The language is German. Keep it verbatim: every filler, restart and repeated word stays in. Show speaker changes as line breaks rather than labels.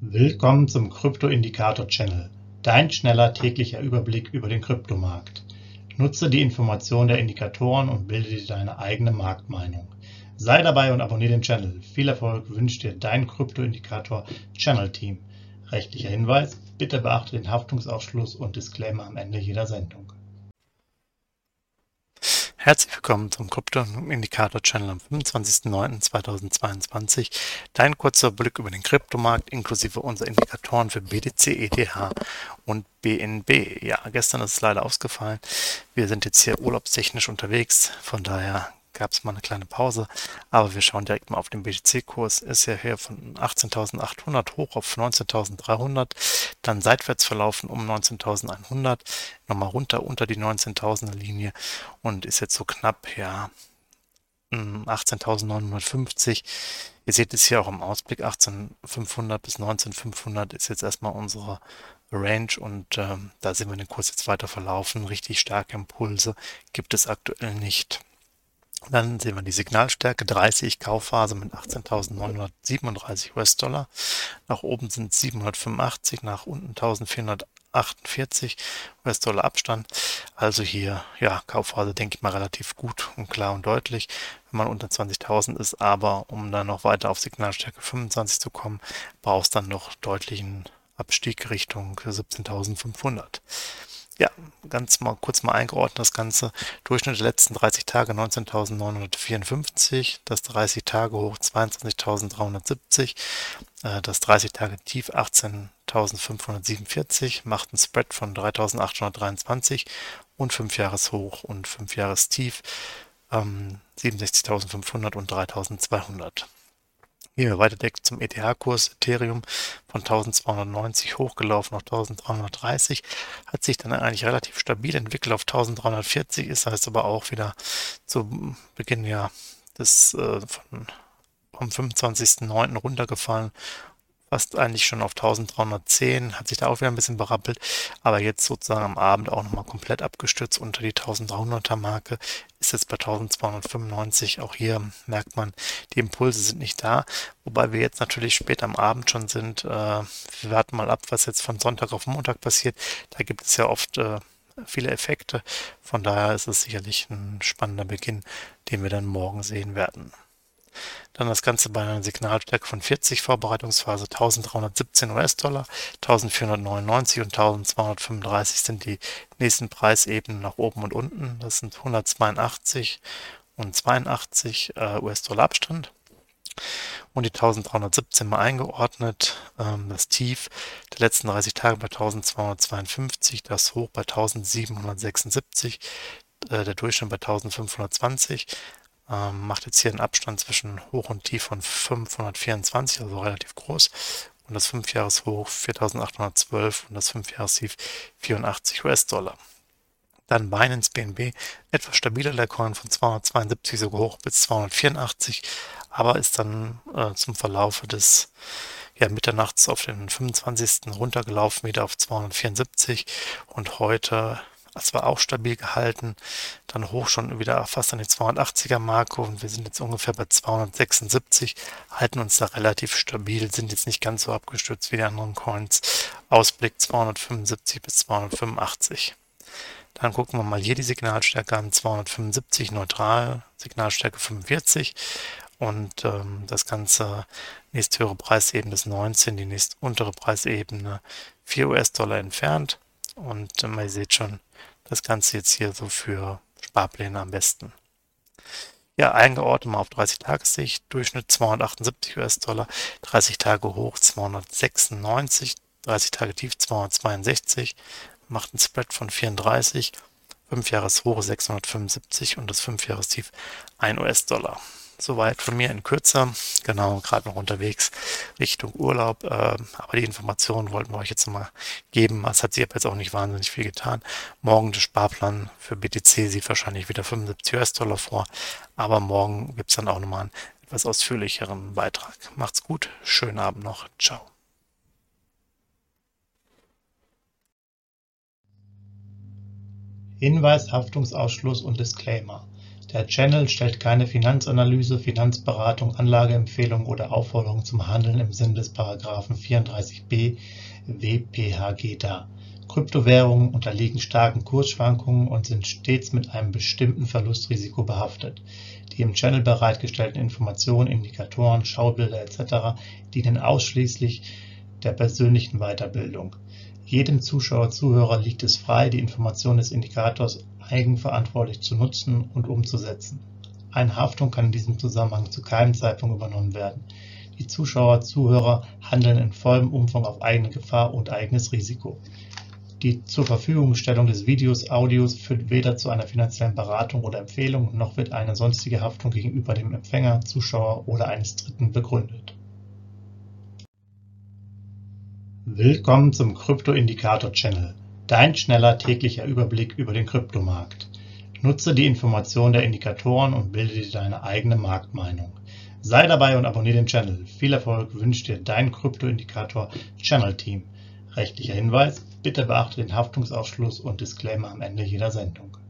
Willkommen zum Krypto-Indikator-Channel, dein schneller täglicher Überblick über den Kryptomarkt. Nutze die Informationen der Indikatoren und bilde dir deine eigene Marktmeinung. Sei dabei und abonniere den Channel. Viel Erfolg wünscht dir dein Krypto-Indikator-Channel-Team. Rechtlicher Hinweis: Bitte beachte den Haftungsausschluss und Disclaimer am Ende jeder Sendung.
Herzlich willkommen zum Krypto-Indikator-Channel am fünfundzwanzigsten neunten zweitausendzweiundzwanzig. Dein kurzer Blick über den Kryptomarkt inklusive unserer Indikatoren für B T C, E T H und B N B. Ja, gestern ist es leider ausgefallen. Wir sind jetzt hier urlaubstechnisch unterwegs, von daher gab es mal eine kleine Pause, aber wir schauen direkt mal auf den B T C-Kurs. Ist ja hier von achtzehntausendachthundert hoch auf neunzehntausenddreihundert, dann seitwärts verlaufen um neunzehntausendeinhundert, nochmal runter unter die neunzehntausender Linie und ist jetzt so knapp, ja, achtzehntausendneunhundertfünfzig. Ihr seht es hier auch im Ausblick, achtzehntausendfünfhundert bis neunzehntausendfünfhundert ist jetzt erstmal unsere Range und ähm, da sehen wir den Kurs jetzt weiter verlaufen. Richtig starke Impulse gibt es aktuell nicht. Dann sehen wir die Signalstärke dreißig, Kaufphase mit achtzehntausendneunhundertsiebenunddreißig US-Dollar. Nach oben sind es siebenhundertfünfundachtzig, nach unten eintausendvierhundertachtundvierzig US-Dollar Abstand. Also hier, ja, Kaufphase denke ich mal relativ gut und klar und deutlich, wenn man unter zwanzigtausend ist. Aber um dann noch weiter auf Signalstärke fünfundzwanzig zu kommen, braucht es dann noch deutlichen Abstieg Richtung siebzehntausendfünfhundert. Ja, ganz mal kurz mal eingeordnet das Ganze. Durchschnitt der letzten dreißig Tage neunzehntausendneunhundertvierundfünfzig, das dreißig Tage hoch zweiundzwanzigtausenddreihundertsiebzig, äh, das dreißig Tage Tief achtzehntausendfünfhundertsiebenundvierzig, macht einen Spread von dreitausendachthundertdreiundzwanzig und fünf Jahres Hoch und fünf Jahres Tief ähm, siebenundsechzigtausendfünfhundert und dreitausendzweihundert. Gehen wir weiter direkt zum E T H-Kurs. Ethereum von eintausendzweihundertneunzig hochgelaufen auf eintausenddreihundertdreißig, hat sich dann eigentlich relativ stabil entwickelt auf eintausenddreihundertvierzig, ist heißt aber auch wieder zu Beginn ja des äh, von, vom fünfundzwanzigsten neunten runtergefallen, fast eigentlich schon auf eintausenddreihundertzehn, hat sich da auch wieder ein bisschen berappelt, aber jetzt sozusagen am Abend auch nochmal komplett abgestürzt unter die eintausenddreihunderter Marke, ist jetzt bei eintausendzweihundertfünfundneunzig. Auch hier merkt man, die Impulse sind nicht da, wobei wir jetzt natürlich spät am Abend schon sind. Äh, wir warten mal ab, was jetzt von Sonntag auf Montag passiert. Da gibt es ja oft äh, viele Effekte, von daher ist es sicherlich ein spannender Beginn, den wir dann morgen sehen werden. Dann das Ganze bei einer Signalstärke von vierzig, Vorbereitungsphase eintausenddreihundertsiebzehn US-Dollar, eintausendvierhundertneunundneunzig und eintausendzweihundertfünfunddreißig sind die nächsten Preisebenen nach oben und unten. Das sind hundertzweiundachtzig und zweiundachtzig äh, US-Dollar Abstand. Und die eintausenddreihundertsiebzehn mal eingeordnet. Ähm, das Tief der letzten dreißig Tage bei eintausendzweihundertzweiundfünfzig, das Hoch bei eintausendsiebenhundertsechsundsiebzig, äh, der Durchschnitt bei eintausendfünfhundertzwanzig. Ähm, macht jetzt hier einen Abstand zwischen Hoch und Tief von fünfhundertvierundzwanzig, also relativ groß. Und das fünf Jahres Hoch viertausendachthundertzwölf und das fünf Jahres Tief vierundachtzig US-Dollar. Dann Binance B N B, etwas stabiler der Coin von zweihundertzweiundsiebzig sogar hoch bis zweihundertvierundachtzig, aber ist dann äh, zum Verlaufe des ja, Mitternachts auf den fünfundzwanzigsten runtergelaufen, wieder auf zweihundertvierundsiebzig und heute zwar auch stabil gehalten, dann hoch schon wieder fast an die zweihundertachtziger Marke und wir sind jetzt ungefähr bei zweihundertsechsundsiebzig, halten uns da relativ stabil, sind jetzt nicht ganz so abgestürzt wie die anderen Coins. Ausblick zweihundertfünfundsiebzig bis zweihundertfünfundachtzig. Dann gucken wir mal hier die Signalstärke an, zweihundertfünfundsiebzig neutral, Signalstärke fünfundvierzig und ähm, das Ganze nächsthöhere Preisebene ist neunzehn, die nächst untere Preisebene vier US-Dollar entfernt und ähm, ihr seht schon, das Ganze jetzt hier so für Sparpläne am besten. Ja, eingeordnet mal auf dreißig Tagessicht, Durchschnitt zweihundertachtundsiebzig US-Dollar, dreißig Tage hoch zweihundertsechsundneunzig, dreißig Tage tief zweihundertzweiundsechzig, macht einen Spread von vierunddreißig, fünf Jahres Hoch sechshundertfünfundsiebzig und das fünf Jahres Tief ein US-Dollar. Soweit von mir in Kürze, genau, gerade noch unterwegs Richtung Urlaub, äh, aber die Informationen wollten wir euch jetzt nochmal geben. Es hat sich aber jetzt auch nicht wahnsinnig viel getan. Morgen der Sparplan für B T C sieht wahrscheinlich wieder fünfundsiebzig US-Dollar vor, aber morgen gibt es dann auch nochmal einen etwas ausführlicheren Beitrag. Macht's gut, schönen Abend noch, ciao.
Hinweis, Haftungsausschluss und Disclaimer. Der Channel stellt keine Finanzanalyse, Finanzberatung, Anlageempfehlung oder Aufforderung zum Handeln im Sinne des Paragraphen vierunddreißig b W P H G dar. Kryptowährungen unterliegen starken Kursschwankungen und sind stets mit einem bestimmten Verlustrisiko behaftet. Die im Channel bereitgestellten Informationen, Indikatoren, Schaubilder et cetera dienen ausschließlich der persönlichen Weiterbildung. Jedem Zuschauer, Zuhörer liegt es frei, die Informationen des Indikators eigenverantwortlich zu nutzen und umzusetzen. Eine Haftung kann in diesem Zusammenhang zu keinem Zeitpunkt übernommen werden. Die Zuschauer, Zuhörer handeln in vollem Umfang auf eigene Gefahr und eigenes Risiko. Die Zurverfügungstellung des Videos, Audios führt weder zu einer finanziellen Beratung oder Empfehlung, noch wird eine sonstige Haftung gegenüber dem Empfänger, Zuschauer oder eines Dritten begründet. Willkommen zum Krypto-Indikator-Channel, dein schneller täglicher Überblick über den Kryptomarkt. Nutze die Informationen der Indikatoren und bilde dir deine eigene Marktmeinung. Sei dabei und abonniere den Channel. Viel Erfolg wünscht dir dein Krypto-Indikator-Channel-Team. Rechtlicher Hinweis: Bitte beachte den Haftungsausschluss und Disclaimer am Ende jeder Sendung.